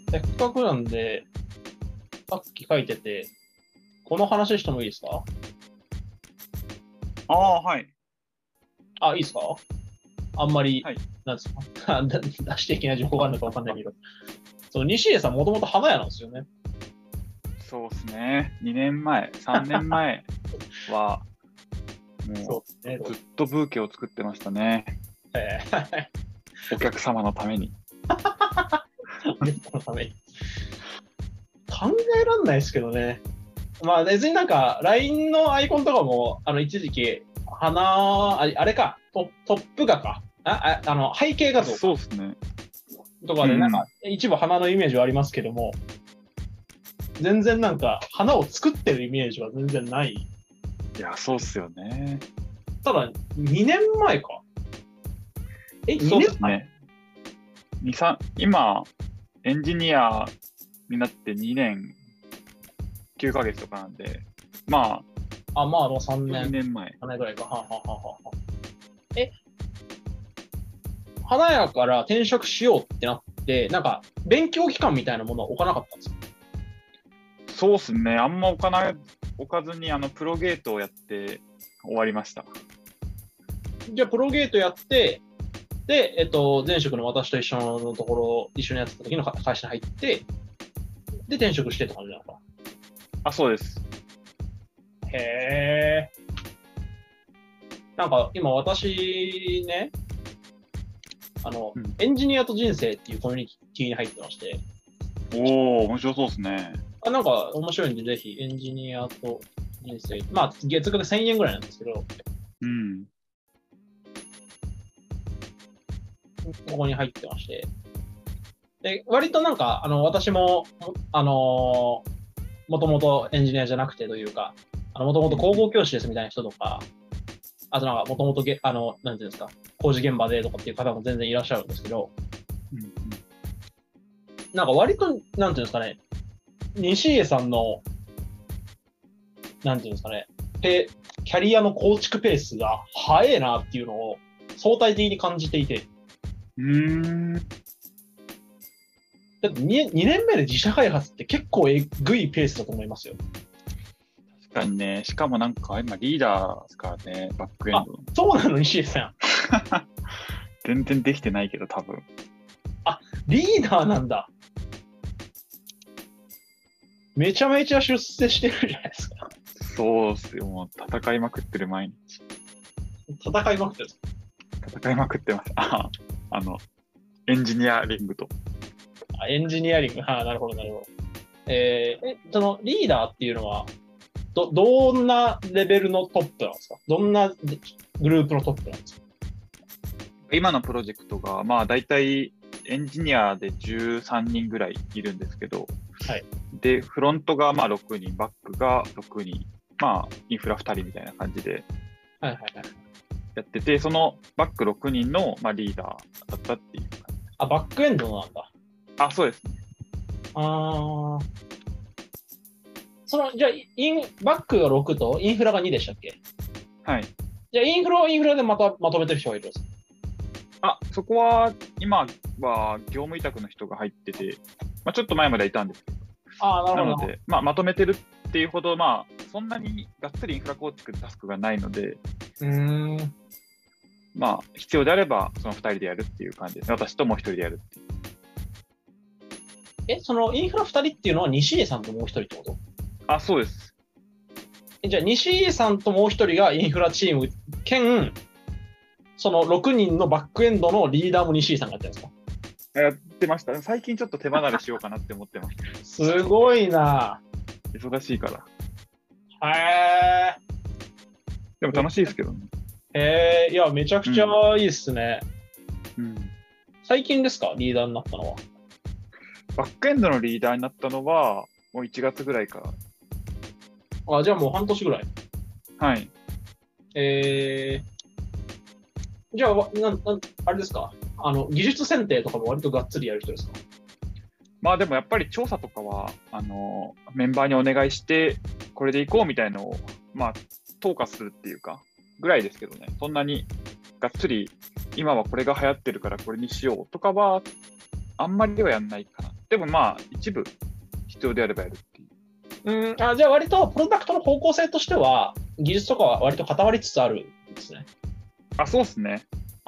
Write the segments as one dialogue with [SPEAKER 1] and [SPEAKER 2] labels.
[SPEAKER 1] せっかくなんで、さっき書いてて、この話してもいいですか？
[SPEAKER 2] ああ、はい。
[SPEAKER 1] あ、いいですか？あんまり、
[SPEAKER 2] はい。
[SPEAKER 1] なんですか出していけない情報があるのかわかんないけど。そう、西江さんもともと花屋なんですよね。
[SPEAKER 2] そうですね。2年前、3年前は、も
[SPEAKER 1] そうですね。
[SPEAKER 2] うずっとブーケを作ってましたね。
[SPEAKER 1] ー、
[SPEAKER 2] お客様のために。
[SPEAKER 1] ゲストのために。考えらんないですけどね。まあ別になんか、LINE のアイコンとかも、一時期、あれか、トップ画か。背景画像か。
[SPEAKER 2] そうですね。
[SPEAKER 1] とかで、なんか、
[SPEAKER 2] うんうん。
[SPEAKER 1] 一部花のイメージはありますけども、全然なんか、花を作ってるイメージは全然ない。
[SPEAKER 2] いや、そうっすよね。
[SPEAKER 1] ただ、2年前か。
[SPEAKER 2] そうっ
[SPEAKER 1] 2年前？
[SPEAKER 2] すね。2、3、今、エンジニアになって2年9ヶ月とかなんで、ま
[SPEAKER 1] まあ、3
[SPEAKER 2] あ、
[SPEAKER 1] 年、
[SPEAKER 2] 2年前。
[SPEAKER 1] 年ぐらいか。はあはあはあはあ。え、花屋から転職しようってなって、なんか、勉強期間みたいなものは置かなかったんですか？
[SPEAKER 2] そうっすね。あんま置かずに、プロゲートをやって終わりました。
[SPEAKER 1] じゃあ、プロゲートやって、で、前職の私と一緒のところ、一緒にやってた時の会社に入って、で、転職してって感じなのか。
[SPEAKER 2] あ、そうです。
[SPEAKER 1] へえ。なんか、今私ね、
[SPEAKER 2] うん、
[SPEAKER 1] エンジニアと人生っていうコミュニティに入ってまして、
[SPEAKER 2] おー、面白そうですね。
[SPEAKER 1] なんか面白いんで、ぜひエンジニアと人生、まあ、月額で1000円ぐらいなんですけど、
[SPEAKER 2] うん。
[SPEAKER 1] ここに入ってまして、で、割となんか、私も、もともとエンジニアじゃなくてというか、もともと高校教師ですみたいな人とか、あとなんか、もともとなんていうんですか、工事現場でとかっていう方も全然いらっしゃるんですけど、
[SPEAKER 2] うんうん
[SPEAKER 1] なんか割と、なんていうんですかね、西家さんの、なんていうんですかね、キャリアの構築ペースが早いなっていうのを相対的に感じていて、
[SPEAKER 2] うーん。
[SPEAKER 1] だって 2年目で自社開発って結構えぐいペースだと思いますよ。
[SPEAKER 2] 確かにね。しかもなんか今リーダーですからね、バックエン
[SPEAKER 1] あ、
[SPEAKER 2] ドの。
[SPEAKER 1] そうなの、西江さん。
[SPEAKER 2] 全然できてないけど多分。
[SPEAKER 1] あ、リーダーなんだ。めちゃめちゃ出世してるじゃないですか。
[SPEAKER 2] そうっすよ。もう戦いまくってる毎日。
[SPEAKER 1] 戦いまくってる。
[SPEAKER 2] 戦いまくってます。あの、エンジニアリングと。
[SPEAKER 1] エンジニアリング。なるほど、なるほど。そのリーダーっていうのは、どんなレベルのトップなんですか？どんなグループのトップなんですか？
[SPEAKER 2] 今のプロジェクトが、まあ大体エンジニアで13人ぐらいいるんですけど、
[SPEAKER 1] はい。
[SPEAKER 2] で、フロントがまあ6人、バックが6人、まあインフラ2人みたいな感じで
[SPEAKER 1] はいはいはい。
[SPEAKER 2] やってて、そのバック6人の、まあ、リーダーだったっていう感じ。
[SPEAKER 1] バックエンドなんだ。
[SPEAKER 2] あ、そうですね。
[SPEAKER 1] あー。じゃあ、バックが6とインフラが2でしたっけ？
[SPEAKER 2] はい。
[SPEAKER 1] じゃあ、インフラはインフラでまとめてる人がいるんですか？
[SPEAKER 2] そこは、今は業務委託の人が入ってて、まあ、ちょっと前まではいたんですけど、
[SPEAKER 1] なるほど。
[SPEAKER 2] なので、まあ、まとめてるっていうほど、まあ、そんなにがっつりインフラ構築でタスクがないので、
[SPEAKER 1] うん。
[SPEAKER 2] まあ、必要であれば、その2人でやるっていう感じですね。私ともう1人でやるっていう。
[SPEAKER 1] そのインフラ2人っていうのは西江さんともう1人ってこと？
[SPEAKER 2] あ、そうです。
[SPEAKER 1] じゃあ、西江さんともう1人がインフラチーム兼、その6人のバックエンドのリーダーも西井さんがやってるんですか？
[SPEAKER 2] やってました。最近ちょっと手離れしようかなって思ってます。
[SPEAKER 1] すごいな。
[SPEAKER 2] 忙しいから。
[SPEAKER 1] へ
[SPEAKER 2] でも楽しいですけどね。
[SPEAKER 1] いや、めちゃくちゃいいっすね。
[SPEAKER 2] うん。
[SPEAKER 1] 最近ですか、リーダーになったのは？
[SPEAKER 2] バックエンドのリーダーになったのは、もう1月ぐらいから。
[SPEAKER 1] じゃあもう半年ぐらい。
[SPEAKER 2] はい。
[SPEAKER 1] えじゃあ、あれですか、技術選定とかも割とがっつりやる人ですか？
[SPEAKER 2] まあでもやっぱり調査とかは、メンバーにお願いして、これでいこうみたいのを、まあ、統括するっていうか、ぐらいですけどね。そんなにがっつり、今はこれが流行ってるからこれにしようとかは、あんまりはやんないかなってでもまあ、一部必要であればやるっていう。
[SPEAKER 1] じゃあ割とプロダクトの方向性としては、技術とかは割と固まりつつあるんですね。
[SPEAKER 2] そうですね。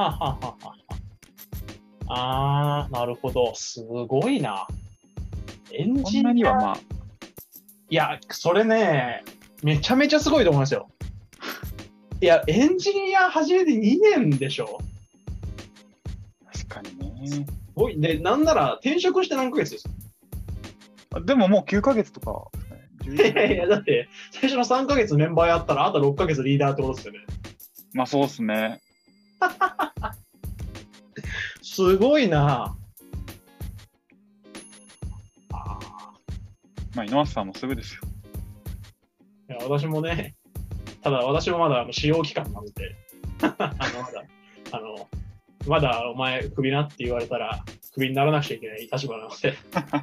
[SPEAKER 1] なるほど。すごいな。エン
[SPEAKER 2] そんな
[SPEAKER 1] ジニア。
[SPEAKER 2] にはまあ。
[SPEAKER 1] いや、それね、めちゃめちゃすごいと思いますよ。いや、エンジニア始めて2年でしょ。
[SPEAKER 2] 確かにね。
[SPEAKER 1] で、なんなら転職して何ヶ月です
[SPEAKER 2] か。でももう9ヶ月とか、
[SPEAKER 1] いや、だって、最初の3ヶ月メンバーやったら、あと6ヶ月リーダーってことですよね。
[SPEAKER 2] まあそうですね。
[SPEAKER 1] すごいな。
[SPEAKER 2] まあ、井上さんもすぐですよ。
[SPEAKER 1] いや、私もね、ただ私もまだ使用期間なので、まだお前クビなって言われたら、クビにならなくちゃいけない立場なので。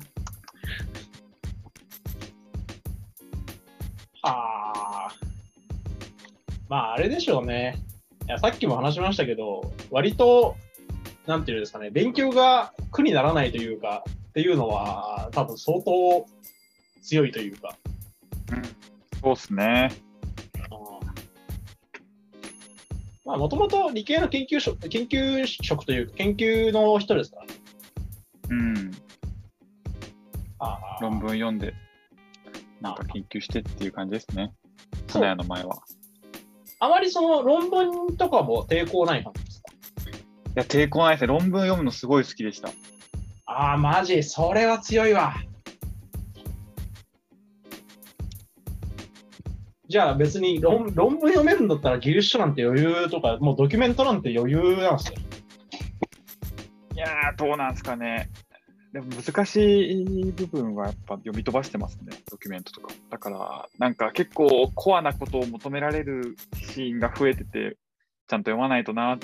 [SPEAKER 1] まあ、あれでしょうね。いや、さっきも話しましたけど、割と、なんていうんですかね、勉強が苦にならないというか、っていうのは、多分相当強いというか。
[SPEAKER 2] そうですね。
[SPEAKER 1] まあ、もともと理系の研究職というか、研究の人ですから。
[SPEAKER 2] 論文読んで、なんか研究してっていう感じですね。金谷の前は。
[SPEAKER 1] あまりその論文とかも抵抗ない感じですか？
[SPEAKER 2] いや、抵抗ないですね。論文読むのすごい好きでした。
[SPEAKER 1] マジ、それは強いわ。じゃあ別に論文読めるんだったら技術書なんて余裕とか、もうドキュメントなんて余裕なんですよ。
[SPEAKER 2] いやー、どうなんですかね。でも難しい部分はやっぱ読み飛ばしてますね、ドキュメントとか。だから、なんか結構コアなことを求められるシーンが増えてて、ちゃんと読まないとなって。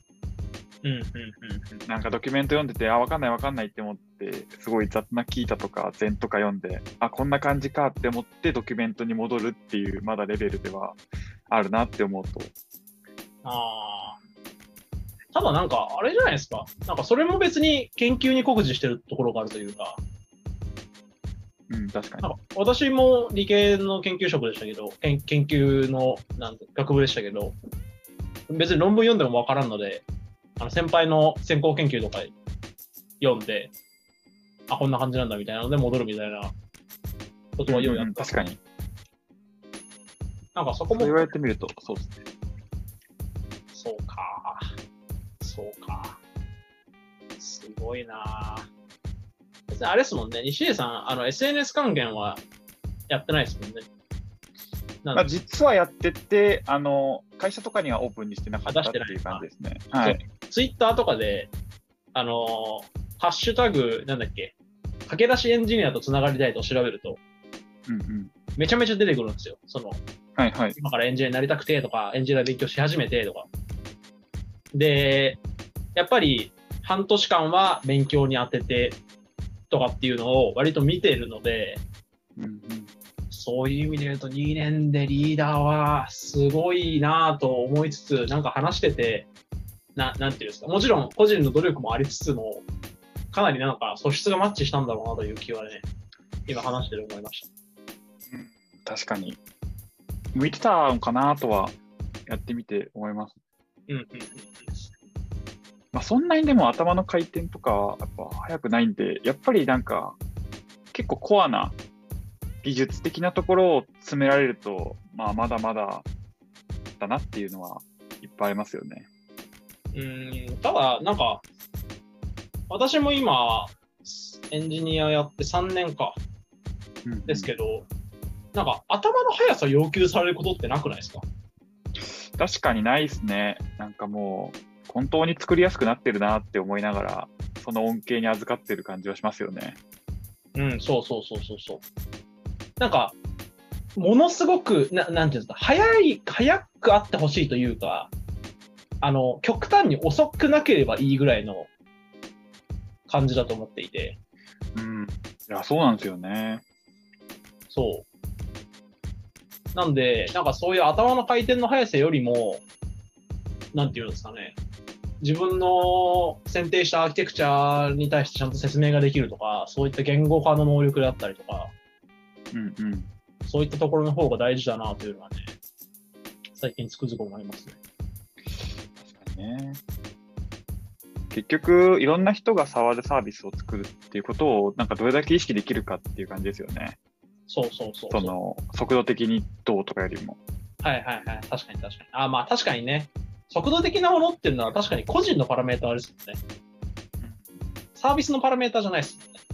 [SPEAKER 2] なんかドキュメント読んでて、わかんないって思って、すごい雑なキータとか禅とか読んで、こんな感じかって思ってドキュメントに戻るっていう、まだレベルではあるなって思うと。
[SPEAKER 1] ただなんか、あれじゃないですか。なんかそれも別に研究に酷似してるところがあるというか。
[SPEAKER 2] 確かに。
[SPEAKER 1] なんか私も理系の研究職でしたけど、研究の学部でしたけど、別に論文読んでもわからんので、先輩の先行研究とか読んで、こんな感じなんだみたいなので戻るみたいなことはようやった。
[SPEAKER 2] 確かに。
[SPEAKER 1] なんかそこも。
[SPEAKER 2] そう言われてみると、そうですね。
[SPEAKER 1] そうか。すごいな。別にあれですもんね、西江さん、SNS 還元はやってないですもんね。
[SPEAKER 2] 実はやってて、会社とかにはオープンにしてなかったっていう感じですね。はい。
[SPEAKER 1] ツイッターとかで、ハッシュタグ、なんだっけ、駆け出しエンジニアとつながりたいと調べると、めちゃめちゃ出てくるんですよ。今からエンジニアになりたくてとか、エンジニア勉強し始めてとか。で、やっぱり半年間は勉強に当ててとかっていうのを割と見てるので、そういう意味で言うと2年でリーダーはすごいなぁと思いつつ、なんか話してて、なんていうんですか、もちろん個人の努力もありつつも、かなりなんか素質がマッチしたんだろうなという気はね、今話してる思いました。
[SPEAKER 2] 確かに。向いてたのかなとはやってみて思います。そんなにでも頭の回転とかやっぱ早くないんで、やっぱりなんか結構コアな技術的なところを詰められると、まだまだだなっていうのはいっぱいありますよね。
[SPEAKER 1] ただ、なんか、私も今、エンジニアやって3年か、ですけど、なんか頭の速さ要求されることってなくないですか？
[SPEAKER 2] 確かにないですね。なんかもう、本当に作りやすくなってるなって思いながら、その恩恵に預かってる感じはしますよね。
[SPEAKER 1] そう。なんか、ものすごく、なんていうんですか、早くあってほしいというか、極端に遅くなければいいぐらいの感じだと思っていて。
[SPEAKER 2] いや、そうなんですよね。
[SPEAKER 1] そう。なんで、なんかそういう頭の回転の速さよりも、なんていうんですかね、 自分の選定したアーキテクチャに対してちゃんと説明ができるとか、そういった言語化の能力であったりとか、そういったところの方が大事だなというのはね、最近つくづく思いますね。
[SPEAKER 2] 確かにね。結局、いろんな人が触るサービスを作るっていうことを、なんかどれだけ意識できるかっていう感じですよね。
[SPEAKER 1] そう。
[SPEAKER 2] その、速度的にどうとかよりも。
[SPEAKER 1] はい。確かに。まあ確かにね。速度的なものっていうのは確かに個人のパラメーターですもんね。サービスのパラメーターじゃないですもんね。